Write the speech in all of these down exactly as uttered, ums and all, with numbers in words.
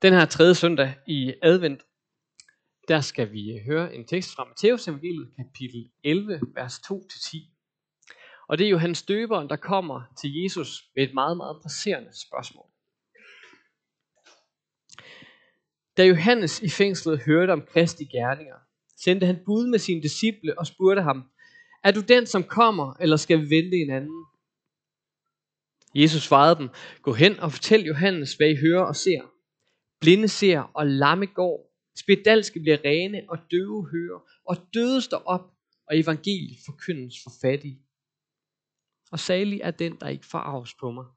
Den her tredje søndag i advent, der skal vi høre en tekst fra Matteus evangeliet, kapitel elleve, vers to til ti. Og det er Johannes Døberen, der kommer til Jesus med et meget, meget presserende spørgsmål. Da Johannes i fængslet hørte om Kristi gerninger, sendte han bud med sine disciple og spurgte ham, er du den, som kommer, eller skal vi vente en anden? Jesus svarede dem, gå hen og fortæl Johannes, hvad I hører og ser. Blinde ser, og lamme går. Spedalske bliver rene, og døve hører, og døde står op, og evangeliet forkyndes for fattige. Og salig er den, der ikke forarves på mig.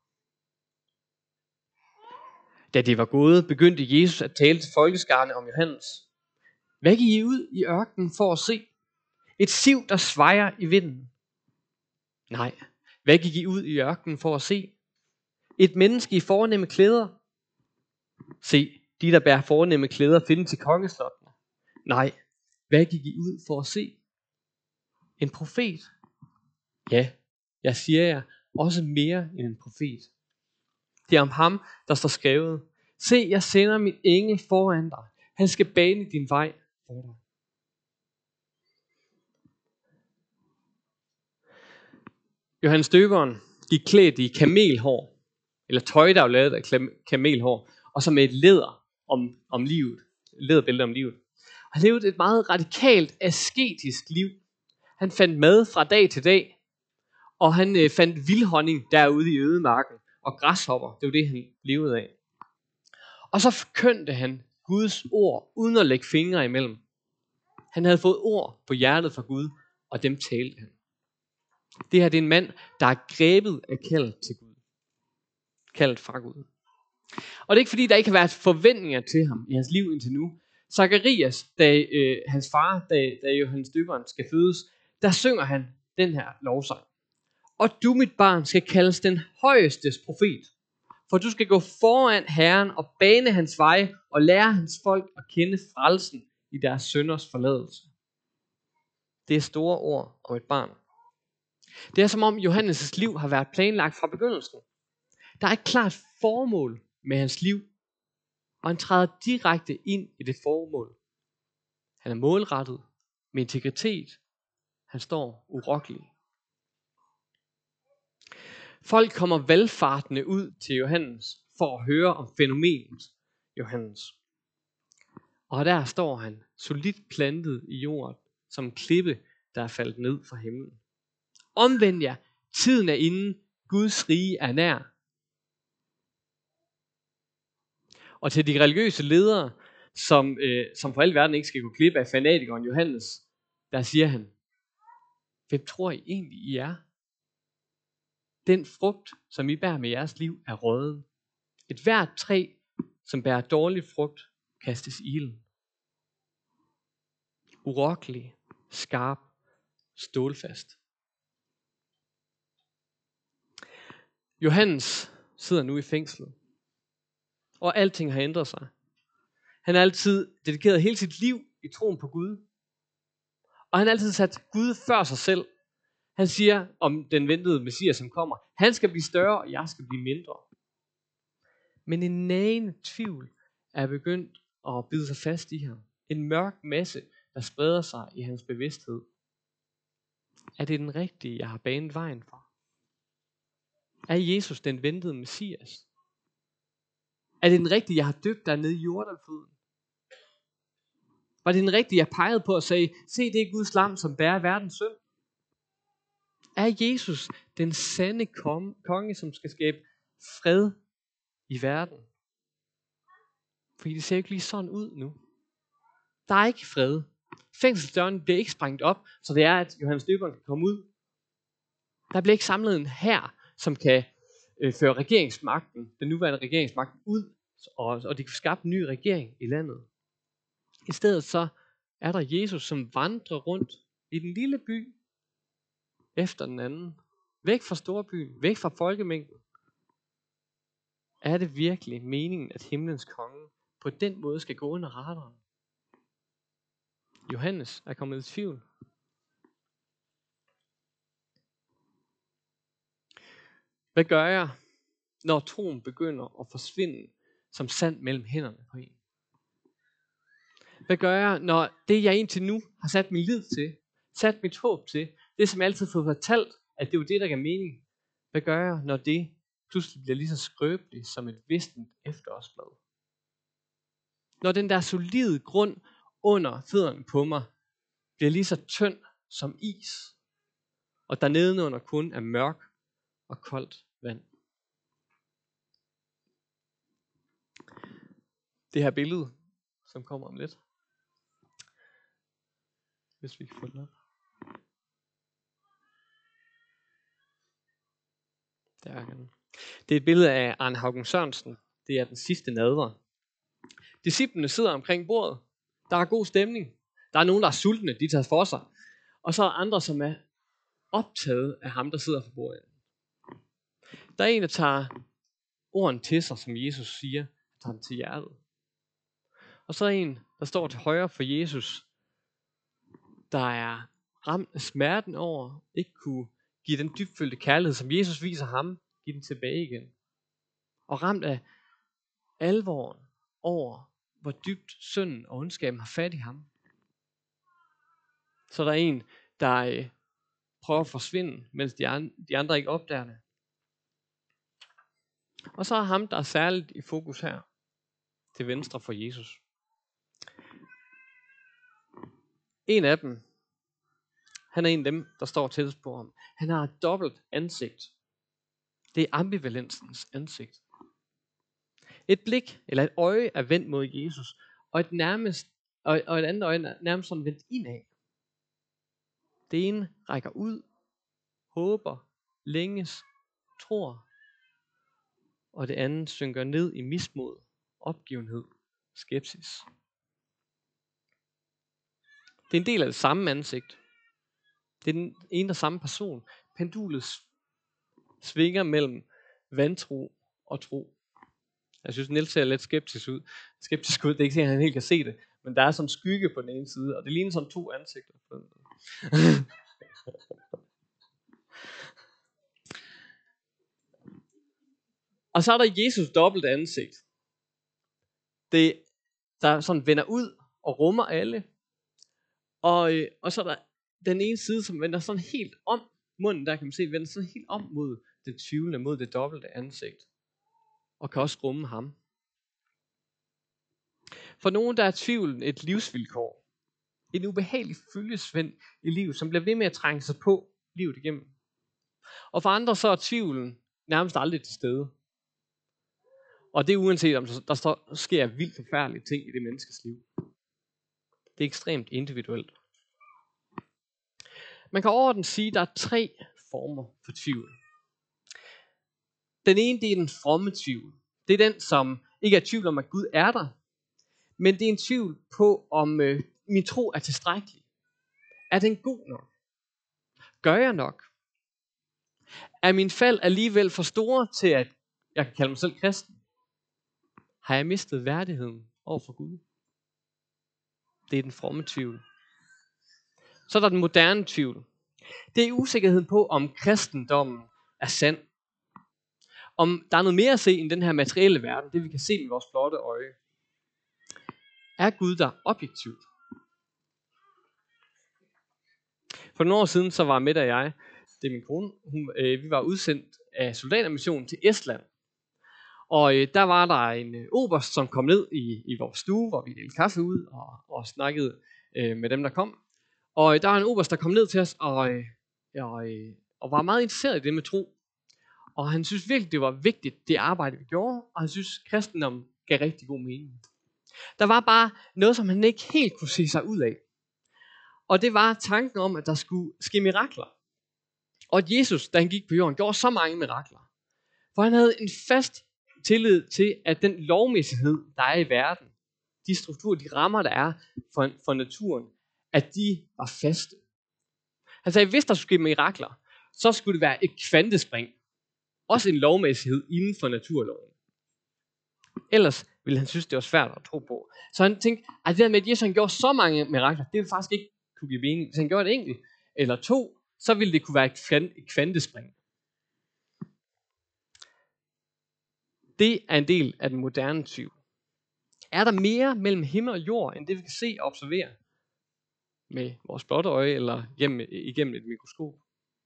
Da det var gået, begyndte Jesus at tale til folkeskarne om Johannes. Hvad gik I ud i ørkenen for at se? Et siv, der svajer i vinden? Nej, hvad gik I ud i ørkenen for at se? Et menneske i fornemme klæder? Se, de der bærer fornemme klæder findes til kongeslottene. Nej, hvad gik I ud for at se? En profet? Ja, jeg siger jer, også mere end en profet. Det er om ham, der står skrevet. Se, jeg sender min engel foran dig. Han skal bane din vej for dig. Johannes Døberen gik klædt i kamelhår, eller tøj, der var lavet af kamelhår, og så med et læder om, om livet, læderbælte om livet. Han levede et meget radikalt asketisk liv. Han fandt mad fra dag til dag, og han øh, fandt vildhonning derude i ødemarken, og græshopper, det var det, han levede af. Og så forkyndte han Guds ord, uden at lægge fingre imellem. Han havde fået ord på hjertet fra Gud, og dem talte han. Det her det er en mand, der er grebet af kaldet til Gud. Kaldet fra Gud. Og det er ikke fordi, der ikke har været forventninger til ham i hans liv indtil nu. Zakarias, da øh, hans far, da, da Johannes Døberen skal fødes, der synger han den her lovsang. Og du, mit barn, skal kaldes den højestes profet. For du skal gå foran Herren og bane hans vej og lære hans folk at kende frelsen i deres synders forladelse. Det er store ord om et barn. Det er som om Johannes' liv har været planlagt fra begyndelsen. Der er et klart formål med hans liv, og han træder direkte ind i det formål. Han er målrettet med integritet. Han står urokkelig. Folk kommer valfartende ud til Johannes for at høre om fænomenet Johannes. Og der står han solidt plantet i jorden som en klippe, der er faldet ned fra himlen. Omvend jer, tiden er inde, Guds rige er nær. Og til de religiøse ledere, som, øh, som for al verden ikke skal gå glip af fanatikeren Johannes, der siger han, hvem tror I egentlig I er? Den frugt, som I bærer med jeres liv, er rådden. Et hvert træ, som bærer dårlig frugt, kastes i ilden. Urokkelig, skarp, stålfast. Johannes sidder nu i fængslet, og alting har ændret sig. Han har altid dedikeret hele sit liv i troen på Gud, og han har altid sat Gud før sig selv. Han siger om den ventede Messias, som kommer, han skal blive større, og jeg skal blive mindre. Men en nagende tvivl er begyndt at bide sig fast i ham. En mørk masse, der spreder sig i hans bevidsthed. Er det den rigtige, jeg har banet vejen for? Er Jesus den ventede Messias? Er det den rigtige, jeg har døbt der nede i Jordanfloden? Var det den rigtige, jeg pegede på og sagde, se det er Guds lam, som bærer verdens synd? Er Jesus den sande konge, som skal skabe fred i verden? Fordi det ser ikke lige sådan ud nu. Der er ikke fred. Fængselsdøren bliver ikke sprængt op, så det er, at Johannes Døberen kan komme ud. Der bliver ikke samlet en hær, som kan øh, føre regeringsmagten, den nuværende regeringsmagt, ud, og, og de kan skabe en ny regering i landet. I stedet så er der Jesus, som vandrer rundt i den lille by, efter den anden. Væk fra storbyen, væk fra folkemængden. Er det virkelig meningen, at himlens konge på den måde skal gå under radaren? Johannes er kommet i tvivl. Hvad gør jeg, når troen begynder at forsvinde som sand mellem hænderne på en? Hvad gør jeg, når det, jeg indtil nu har sat min lid til, sat mit håb til, det som jeg altid har fået fortalt, at det er jo det, der giver mening? Hvad gør jeg, når det pludselig bliver lige så skrøbeligt som et vistent efterårsblad? Når den der solide grund under fødderne på mig bliver lige så tynd som is, og der nedenunder kun er mørk og koldt vand. Det her billede, som kommer om lidt, hvis vi kan få den op. Der er den. Det er et billede af Arne Haugen Sørensen. Det er den sidste nadver. Disciplene sidder omkring bordet. Der er god stemning. Der er nogen, der er sultne, de tager for sig. Og så er andre, som er optaget af ham, der sidder for bordet. Der er en, der tager orden til sig, som Jesus siger, tager den til hjertet. Og så er en, der står til højre for Jesus, der er ramt af smerten over, ikke kunne give den dybfølte kærlighed, som Jesus viser ham, give den tilbage igen. Og ramt af alvoren over, hvor dybt synden og ondskaben har fat i ham. Så der er en, der øh, prøver at forsvinde, mens de andre, de andre ikke opdager det. Og så er ham, der er særligt i fokus her, til venstre for Jesus. En af dem, han er en af dem, der står tættest på ham. Han har et dobbelt ansigt. Det er ambivalensens ansigt. Et blik eller et øje er vendt mod Jesus, og et, nærmest, og, og et andet øje er nærmest sådan vendt indad. Det ene rækker ud, håber, længes, tror, og det andet synker ned i mismod, opgivenhed, skepsis. Det er en del af det samme ansigt. Det er den ene og samme person. Pendulet svinger mellem vantro og tro. Jeg synes, Niels ser lidt skeptisk ud. Skeptisk ud, det er ikke sikkert, at han helt kan se det. Men der er sådan en skygge på den ene side, og det ligner sådan to ansigter på den side. Og så er der Jesus dobbelt ansigt. Det, der sådan vender ud og rummer alle. Og, og så er der den ene side, som vender sådan helt om. Munden der kan man se, vender sådan helt om mod det tvivlende, mod det dobbelte ansigt. Og kan også rumme ham. For nogen, der er tvivlen et livsvilkår. En ubehagelig følgesvend i livet, som bliver ved med at trænge sig på livet igennem. Og for andre så er tvivlen nærmest aldrig til stede. Og det er uanset om der står, sker vildt forfærdelige ting i det menneskes liv. Det er ekstremt individuelt. Man kan overordnet sige, at der er tre former for tvivl. Den ene, det er den fromme tvivl. Det er den, som ikke er tvivl om, at Gud er der. Men det er en tvivl på, om øh, min tro er tilstrækkelig. Er den god nok? Gør jeg nok? Er min fald alligevel for store til, at jeg kan kalde mig selv kristen? Har jeg mistet værdigheden over for Gud? Det er den fromme tvivl. Så er der den moderne tvivl. Det er usikkerheden på, om kristendommen er sand. Om der er noget mere at se end den her materielle verden, det vi kan se med vores blotte øje. Er Gud der objektivt? For nogle år siden, så var Mette og jeg, det er min kone, hun, øh, vi var udsendt af soldatermissionen til Estland. Og øh, der var der en øh, oberst, som kom ned i, i vores stue, hvor vi delte kaffe ud og, og snakkede øh, med dem, der kom. Og øh, der var en oberst, der kom ned til os og, øh, og, øh, og var meget interesseret i det med tro. Og han synes virkelig, det var vigtigt, det arbejde, vi gjorde. Og han synes, kristendom gav rigtig god mening. Der var bare noget, som han ikke helt kunne se sig ud af. Og det var tanken om, at der skulle ske mirakler. Og at Jesus, da han gik på jorden, gjorde så mange mirakler. For han havde en fast tillid til, at den lovmæssighed, der er i verden, de strukturer, de rammer, der er for, for naturen, at de var faste. Han sagde, at hvis der skulle ske mirakler, så skulle det være et kvantespring. Også en lovmæssighed inden for naturloven. Ellers ville han synes, det var svært at tro på. Så han tænkte, at det med, at Jesus han gjorde så mange mirakler, det ville faktisk ikke kunne give mening. Hvis han gjorde et enkelt eller to, så ville det kunne være et kvantespring. Det er en del af den moderne tvivl. Er der mere mellem himmel og jord, end det vi kan se og observere med vores blotte øje eller igennem, igennem et mikroskop?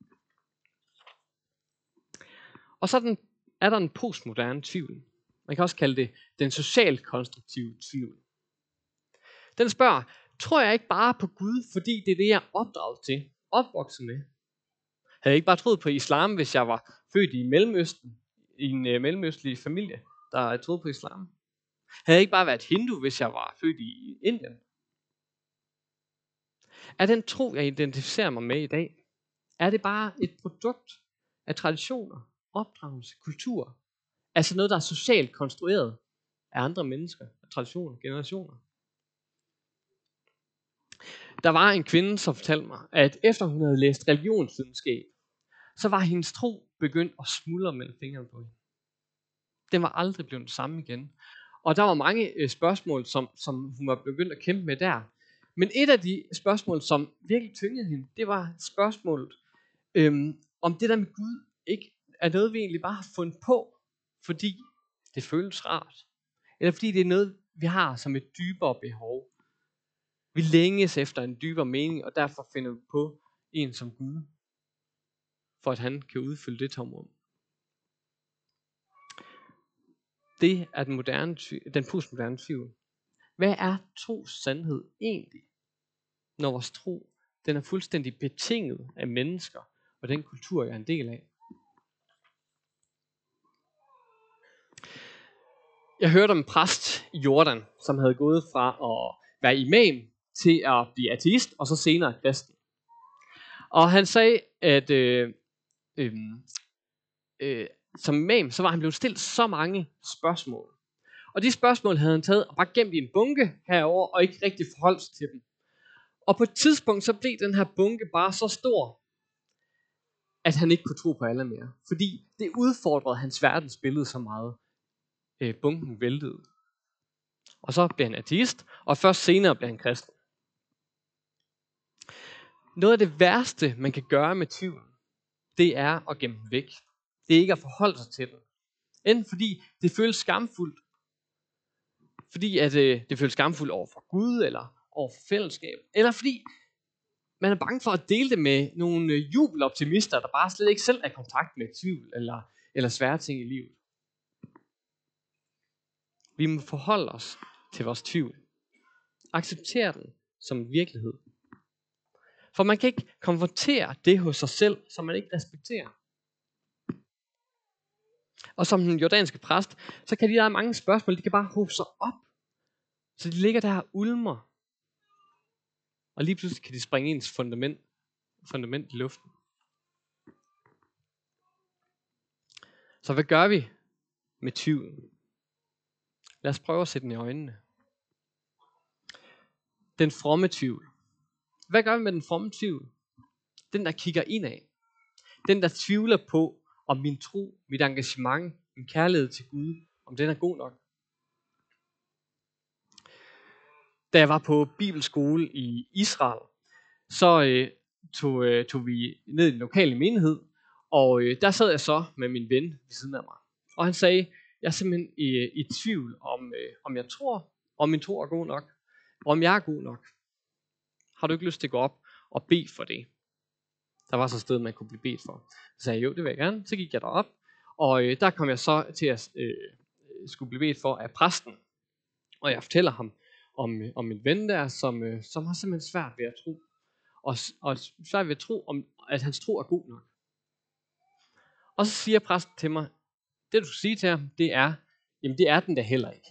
Og så er, den, er der en postmoderne tvivl. Man kan også kalde det den socialt konstruktive tvivl. Den spørger, tror jeg ikke bare på Gud, fordi det er det, jeg er opdraget til, opvokset med? Havde jeg ikke bare troet på islam, hvis jeg var født i Mellemøsten, i en uh, mellemøstlig familie, der troede på islam? Havde jeg ikke bare været hindu, hvis jeg var født i Indien? Er den tro, jeg identificerer mig med i dag, er det bare et produkt af traditioner, opdragelse, kultur? Altså noget, der er socialt konstrueret af andre mennesker, af traditioner, generationer? Der var en kvinde, som fortalte mig, at efter hun havde læst religionsvidenskab, så var hendes tro begyndt at smuldre mellem fingrene på hende. Den var aldrig blevet det samme igen. Og der var mange øh, spørgsmål, som, som hun var begyndt at kæmpe med der. Men et af de spørgsmål, som virkelig tyngede hende, det var spørgsmålet, øhm, om det der med Gud ikke er noget, vi egentlig bare har fundet på, fordi det føles rart. Eller fordi det er noget, vi har som et dybere behov. Vi længes efter en dybere mening, og derfor finder vi på en som Gud, for at han kan udfylde det tomrum. Det er den, moderne, den postmoderne tvivl. Hvad er tros sandhed egentlig, når vores tro den er fuldstændig betinget af mennesker og den kultur, jeg er en del af? Jeg hørte om en præst i Jordan, som havde gået fra at være imam til at blive ateist, og så senere kristen. Og han sagde, at øh, øh, øh, som imam, så var han blevet stillet så mange spørgsmål. Og de spørgsmål havde han taget og bare gemt i en bunke herover og ikke rigtig forholdt sig til dem. Og på et tidspunkt, så blev den her bunke bare så stor, at han ikke kunne tro på alle mere. Fordi det udfordrede hans verdensbillede så meget. Øh, bunken væltede. Og så blev han ateist, og først senere blev han kristen. Noget af det værste, man kan gøre med tvivlen, det er at gemme den væk. Det er ikke at forholde sig til den. Enten fordi det føles skamfuldt, fordi at, øh, det føles skamfuldt over for Gud, eller over for fællesskab, eller fordi man er bange for at dele det med nogle øh, jubeloptimister, der bare slet ikke selv er i kontakt med tvivl, eller, eller svære ting i livet. Vi må forholde os til vores tvivl. Acceptere den som virkelighed. For man kan ikke konfrontere det hos sig selv, som man ikke respekterer. Og som den jordanske præst, så kan de der mange spørgsmål, de kan bare hobe sig op. Så de ligger der og ulmer. Og lige pludselig kan de springe ens fundament, fundament i luften. Så hvad gør vi med tvivlen? Lad os prøve at sætte den i øjnene. Den fromme tvivl. Hvad gør vi med den fromme tvivl? Den, der kigger indad. Den, der tvivler på, om min tro, mit engagement, min kærlighed til Gud, om den er god nok. Da jeg var på bibelskole i Israel, så øh, tog, øh, tog vi ned i den lokale menighed, og øh, der sad jeg så med min ven ved siden af mig. Og han sagde, jeg er simpelthen i, i tvivl om, øh, om jeg tror, om min tro er god nok, og om jeg er god nok. Har du ikke lyst til at gå op og bede for det? Der var så et sted, man kunne blive bedt for. Så sagde jeg, jo, det vil jeg gerne. Så gik jeg derop, og øh, der kom jeg så til at øh, skulle blive bedt for af præsten. Og jeg fortæller ham om, øh, om min ven der, som, øh, som har simpelthen svært ved at tro. Og, og svært ved at tro, om, at hans tro er god nok. Og så siger præsten til mig, det du skal sige til ham, det er, jamen det er den da heller ikke.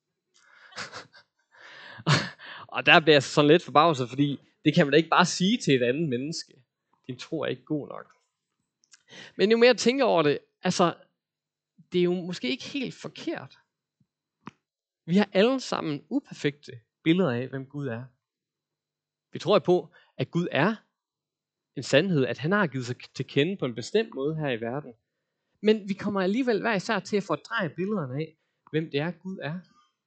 Og der bliver jeg sådan lidt forbavset, fordi det kan man da ikke bare sige til et andet menneske. Din tro er ikke god nok. Men jo mere jeg tænker over det, altså, det er jo måske ikke helt forkert. Vi har alle sammen uperfekte billeder af, hvem Gud er. Vi tror på, at Gud er en sandhed, at han har givet sig til kende på en bestemt måde her i verden. Men vi kommer alligevel hver især til at fordreje billederne af, hvem det er, Gud er.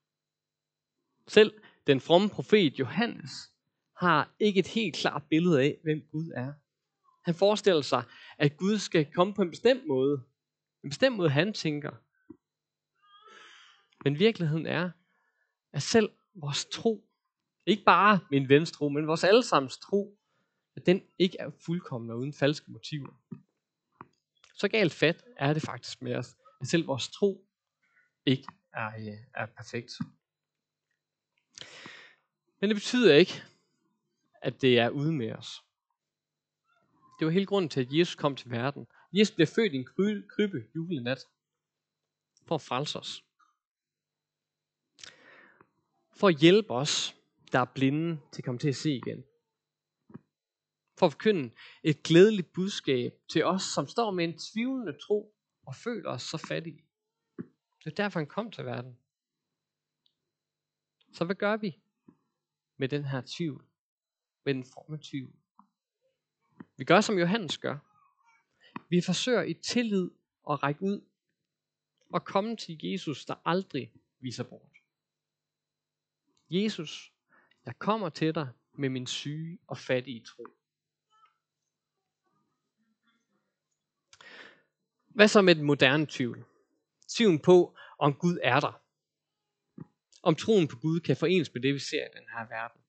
Selv den fromme profet Johannes har ikke et helt klart billede af, hvem Gud er. Han forestiller sig, at Gud skal komme på en bestemt måde. En bestemt måde, han tænker. Men virkeligheden er, at selv vores tro, ikke bare min vens tro, men vores allesammens tro, at den ikke er fuldkommen og uden falske motiver. Så galt fat er det faktisk med os, at selv vores tro ikke er, øh, er perfekt. Men det betyder ikke, at det er ude med os. Det var hele grunden til, at Jesus kom til verden. Jesus blev født i en kry- krybbe julenat for at frelse os. For at hjælpe os, der er blinde, til at komme til at se igen. For at forkynde et glædeligt budskab til os, som står med en tvivlende tro og føler os så fattige. Det er derfor, han kom til verden. Så hvad gør vi med den her tvivl? Med den form af tvivl? Vi gør, som Johannes gør. Vi forsøger i tillid at række ud og komme til Jesus, der aldrig viser bort. Jesus, jeg kommer til dig med min syge og fattige tro. Hvad så med den moderne tvivl? Tvivlen på, om Gud er der. Om troen på Gud kan forenes med det, vi ser i den her verden.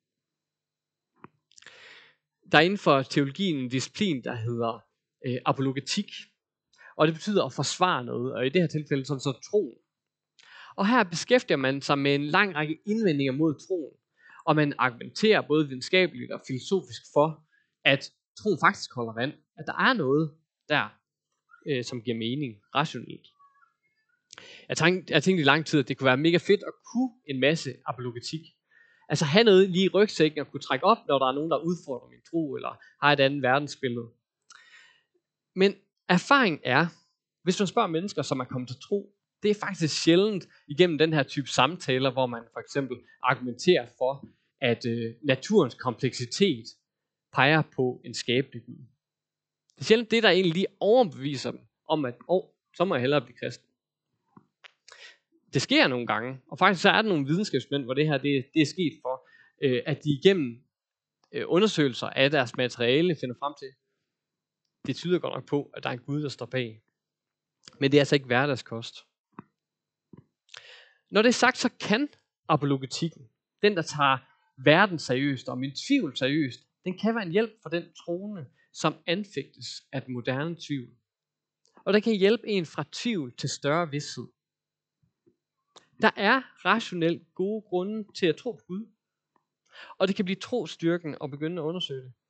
Der er inden for teologien en disciplin, der hedder øh, apologetik. Og det betyder at forsvare noget, og i det her tilfælde sådan så troen. Og her beskæftiger man sig med en lang række indvendinger mod troen. Og man argumenterer både videnskabeligt og filosofisk for, at troen faktisk holder vand. At der er noget der, øh, som giver mening rationelt. Jeg tænkte, jeg tænkte i lang tid, at det kunne være mega fedt at kunne en masse apologetik. Altså have noget lige i rygsækken og kunne trække op, når der er nogen, der udfordrer min tro, eller har et andet verdensbillede. Men erfaring er, hvis man spørger mennesker, som er kommet til tro, det er faktisk sjældent igennem den her type samtaler, hvor man for eksempel argumenterer for, at øh, naturens kompleksitet peger på en skabelig Gud. Det er sjældent det, der egentlig lige overbeviser dem om, at åh, så må jeg hellere blive kristen. Det sker nogle gange, og faktisk så er der nogle videnskabsmænd, hvor det her det, det er sket for, øh, at de igennem øh, undersøgelser af deres materiale finder frem til, det tyder godt nok på, at der er en Gud, der står bag. Men det er altså ikke hverdagskost. Når det er sagt, så kan apologetikken, den der tager verden seriøst og min tvivl seriøst, den kan være en hjælp for den troende, som anfægtes af den moderne tvivl. Og det kan hjælpe en fra tvivl til større vished. Der er rationelt gode grunde til at tro på Gud. Og det kan blive trosstyrken at begynde at undersøge det.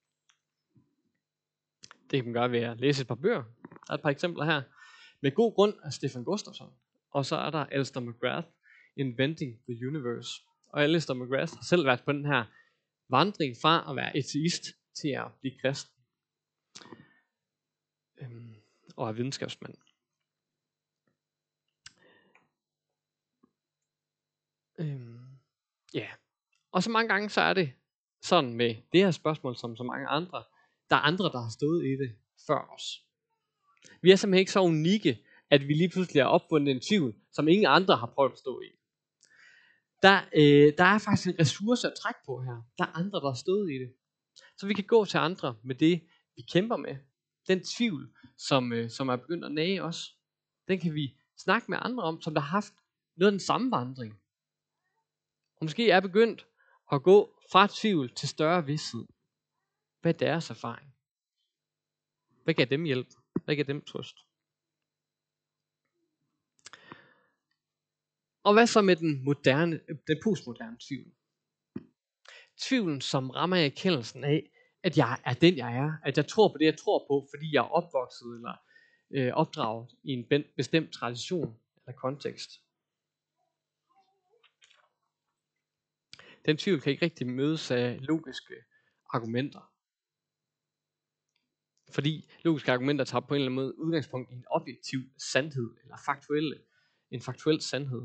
Det kan man gøre ved at læse et par bøger. Der er et par eksempler her. Med god grund af Stefan Gustafsson. Og så er der Alistair McGrath, Inventing the Universe. Og Alistair McGrath har selv været på den her vandring fra at være ateist til at blive kristen. Øhm, og er videnskabsmand. Øhm, ja. Og så mange gange så er det sådan med det her spørgsmål, som så mange andre. Der er andre, der har stået i det før os. Vi er simpelthen ikke så unikke, at vi lige pludselig har opfundet en tvivl, som ingen andre har prøvet at stå i. Der, øh, der er faktisk en ressource at trække på her. Der er andre, der har stået i det. Så vi kan gå til andre med det, vi kæmper med. Den tvivl, som, øh, som er begyndt at nage os, den kan vi snakke med andre om, som der har haft noget af den samme vandring. Og måske er begyndt at gå fra tvivl til større vidsthed. Hvad er deres erfaring? Hvad gav dem hjælp? Hvad gav dem trøst? Og hvad så med den moderne, den postmoderne tvivl? Tvivlen, som rammer i erkendelsen af, at jeg er den, jeg er. At jeg tror på det, jeg tror på, fordi jeg er opvokset eller øh, opdraget i en bestemt tradition eller kontekst. Den tvivl kan ikke rigtig mødes af logiske argumenter. Fordi logiske argumenter tager på en eller anden måde udgangspunkt i en objektiv sandhed, eller faktuelle, en faktuel sandhed.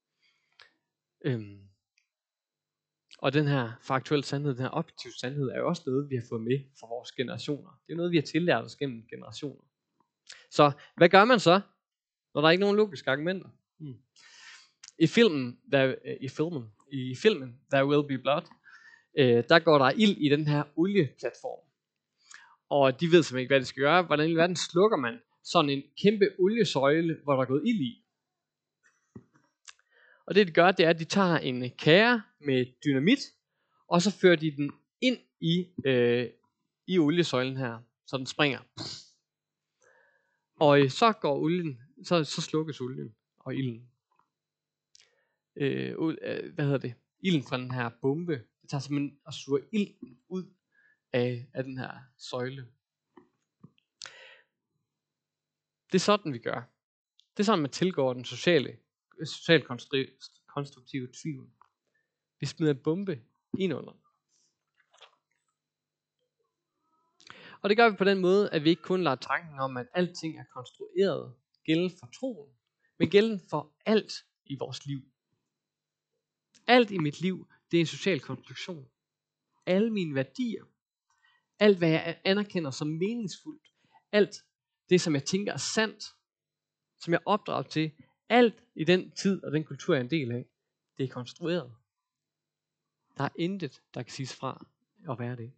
Øhm. Og den her faktuelle sandhed, den her objektive sandhed, er jo også noget, vi har fået med fra vores generationer. Det er noget, vi har tillært os gennem generationer. Så hvad gør man så, når der er ikke nogen logiske argumenter? Hmm. I filmen, der, i filmen, i filmen There Will Be Blood, øh, der går der ild i den her olieplatform. Og de ved simpelthen ikke, hvad de skal gøre. Hvordan i verden slukker man sådan en kæmpe oliesøjle, hvor der er gået ild i? Og det de gør, det er, at de tager en kære med dynamit, og så fører de den ind i, øh, i oliesøjlen her, så den springer. Og øh, så går olien, så, så slukkes olien og ilden. Øh, øh, hvad hedder det? Ilden fra den her bombe, det tager simpelthen og suger ilden ud af, af den her søjle. Det er sådan, vi gør. Det er sådan, man tilgår den sociale, socialt konstruktive tvivl. Vi smider en bombe ind under. Og det gør vi på den måde, at vi ikke kun lader tanken om, at alting er konstrueret gælde for troen, men gælde for alt i vores liv. Alt i mit liv, det er en social konstruktion. Alle mine værdier, alt hvad jeg anerkender som meningsfuldt, alt det, som jeg tænker er sandt, som jeg er opdraget til, alt i den tid og den kultur, jeg er en del af, det er konstrueret. Der er intet, der kan siges fra at være det.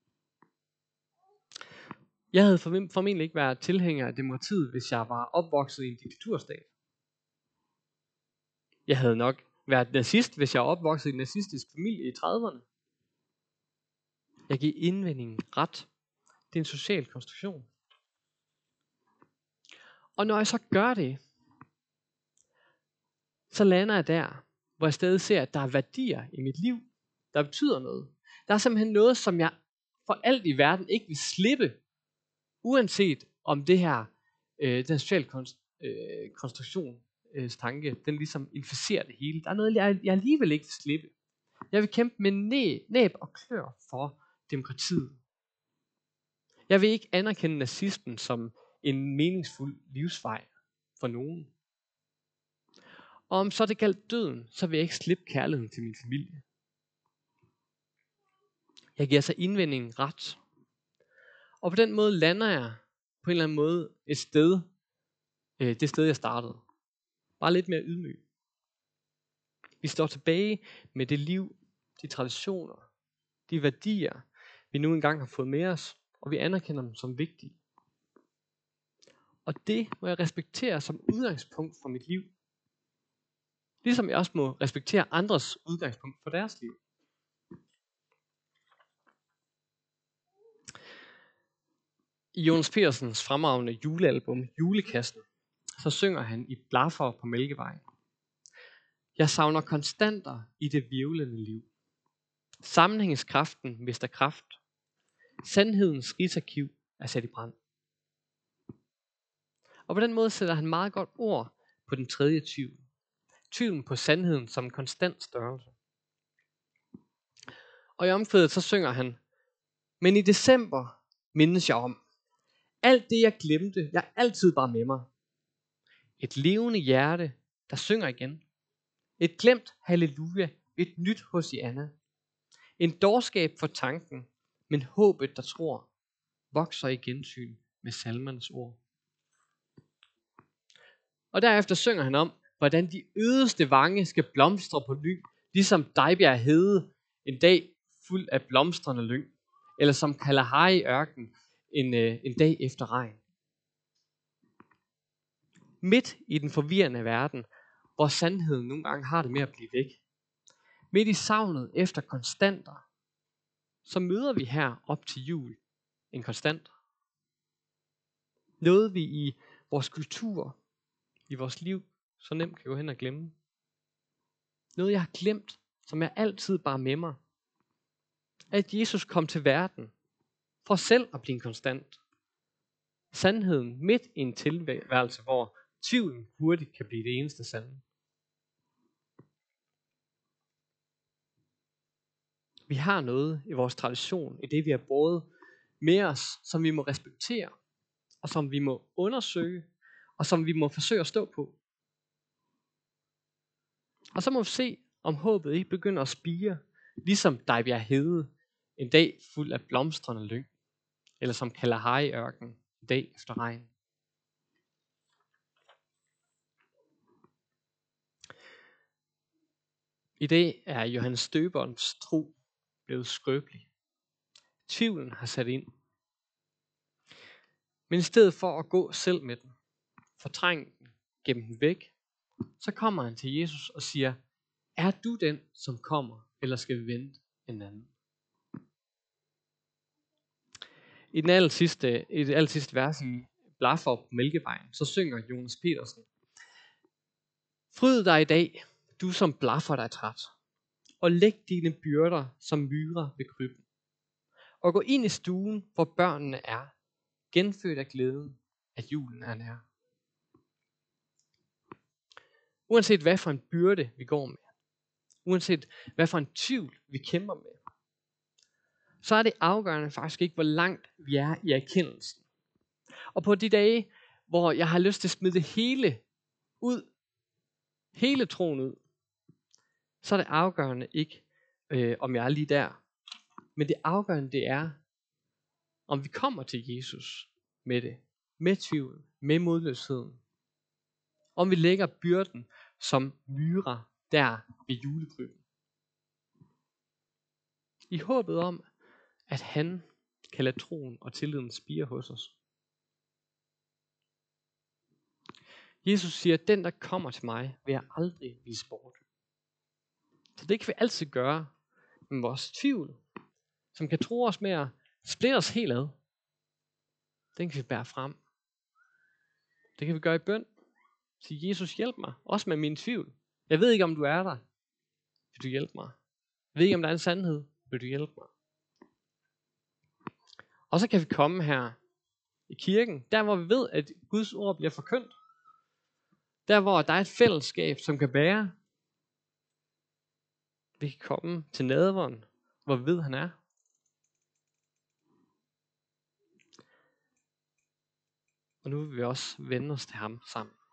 Jeg havde formentlig ikke været tilhænger af demokratiet, hvis jeg var opvokset i en diktaturstat. Jeg havde nok været nazist, hvis jeg var opvokset i en nazistisk familie i trediverne. Jeg giver indvendingen ret. Det er en social konstruktion. Og når jeg så gør det, så lander jeg der, hvor jeg stadig ser, at der er værdier i mit liv, der betyder noget. Der er simpelthen noget, som jeg for alt i verden ikke vil slippe, uanset om det her, øh, den sociale konst, øh, konstruktion, øh, tanke, den ligesom inficerer det hele. Der er noget, jeg, jeg alligevel ikke vil slippe. Jeg vil kæmpe med næb, næb og klør for demokratiet. Jeg vil ikke anerkende nazismen som en meningsfuld livsvej for nogen. Og om så det galt døden, så vil jeg ikke slippe kærligheden til min familie. Jeg giver så indvendingen ret. Og på den måde lander jeg på en eller anden måde et sted, øh, det sted jeg startede. Bare lidt mere ydmyg. Vi står tilbage med det liv, de traditioner, de værdier, vi nu engang har fået med os, og vi anerkender dem som vigtige. Og det må jeg respektere som udgangspunkt for mit liv. Ligesom jeg også må respektere andres udgangspunkt for deres liv. I Jonas Petersens fremragende julealbum, Julekassen, så synger han i Blaffer på Mælkevejen. Jeg savner konstanter i det virvlende liv. Sammenhængskraften mister kraft. Sandhedens rigsarkiv er sat i brand. Og på den måde sætter han meget godt ord på den tredje tvivl. Tvivlen på sandheden som en konstant størrelse. Og i omkvædet så synger han, men i december mindes jeg om, alt det jeg glemte, jeg altid bare med mig. Et levende hjerte, der synger igen. Et glemt halleluja, et nyt Hosianna. En dårskab for tanken, men håbet, der tror, vokser i gensyn med salmernes ord. Og derefter synger han om, hvordan de ødeste vange skal blomstre på ny, ligesom Dejbjerg Hede en dag fuld af blomstrende lyng, eller som Kalahari ørken en, øh, en dag efter regn. Midt i den forvirrende verden, hvor sandheden nogle gange har det med at blive væk, midt i savnet efter konstanter, så møder vi her op til jul en konstant. Noget vi i vores kultur, i vores liv, så nemt kan gå hen og glemme. Noget jeg har glemt, som jeg altid bare med mig. At Jesus kom til verden, for selv at blive en konstant. Sandheden midt i en tilværelse, hvor tvivlen hurtigt kan blive det eneste sande. Vi har noget i vores tradition, i det vi har båret med os, som vi må respektere, og som vi må undersøge, og som vi må forsøge at stå på. Og så må vi se, om håbet ikke begynder at spire, ligesom Dejbjerg Hede en dag fuld af blomstrende lyng, eller som Kalahari ørken en dag efter regn. I dag er Johannes Døberens tro blevet skrøbelig. Tvivlen har sat ind. Men i stedet for at gå selv med den, fortrænge den, gemme den væk, så kommer han til Jesus og siger, er du den, som kommer, eller skal vi vente en anden? I den aller sidste, i det aller sidste vers i Blaffer på Mælkevejen, så synger Jonas Petersen, fryd dig i dag, du som blaffer dig træt, og læg dine byrder som myrer ved krybben, og gå ind i stuen, hvor børnene er, genfødt af glæden, at julen er nær. Uanset hvad for en byrde vi går med, uanset hvad for en tvivl vi kæmper med, så er det afgørende faktisk ikke, hvor langt vi er i erkendelsen. Og på de dage, hvor jeg har lyst til at smide det hele ud, hele troen ud, så er det afgørende ikke, øh, om jeg er lige der. Men det afgørende, det er, om vi kommer til Jesus med det, med tvivl, med modløsheden. Om vi lægger byrden som myrer der ved julekrybben. I håbet om, at han kan lade troen og tilliden spire hos os. Jesus siger, at den der kommer til mig, vil jeg aldrig vise bort. Så det kan vi altid gøre med vores tvivl, som kan tro os med at splitte os helt ad. Den kan vi bære frem. Det kan vi gøre i bøn. Sige, Jesus hjælp mig, også med min tvivl. Jeg ved ikke om du er der. Vil du hjælpe mig? Jeg ved ikke om der er en sandhed. Vil du hjælpe mig? Og så kan vi komme her i kirken, der hvor vi ved, at Guds ord bliver forkyndt. Der hvor der er et fællesskab, som kan bære. Vi kan komme til nadveren, hvor vi ved han er. Og nu vil vi også vende os til ham sammen.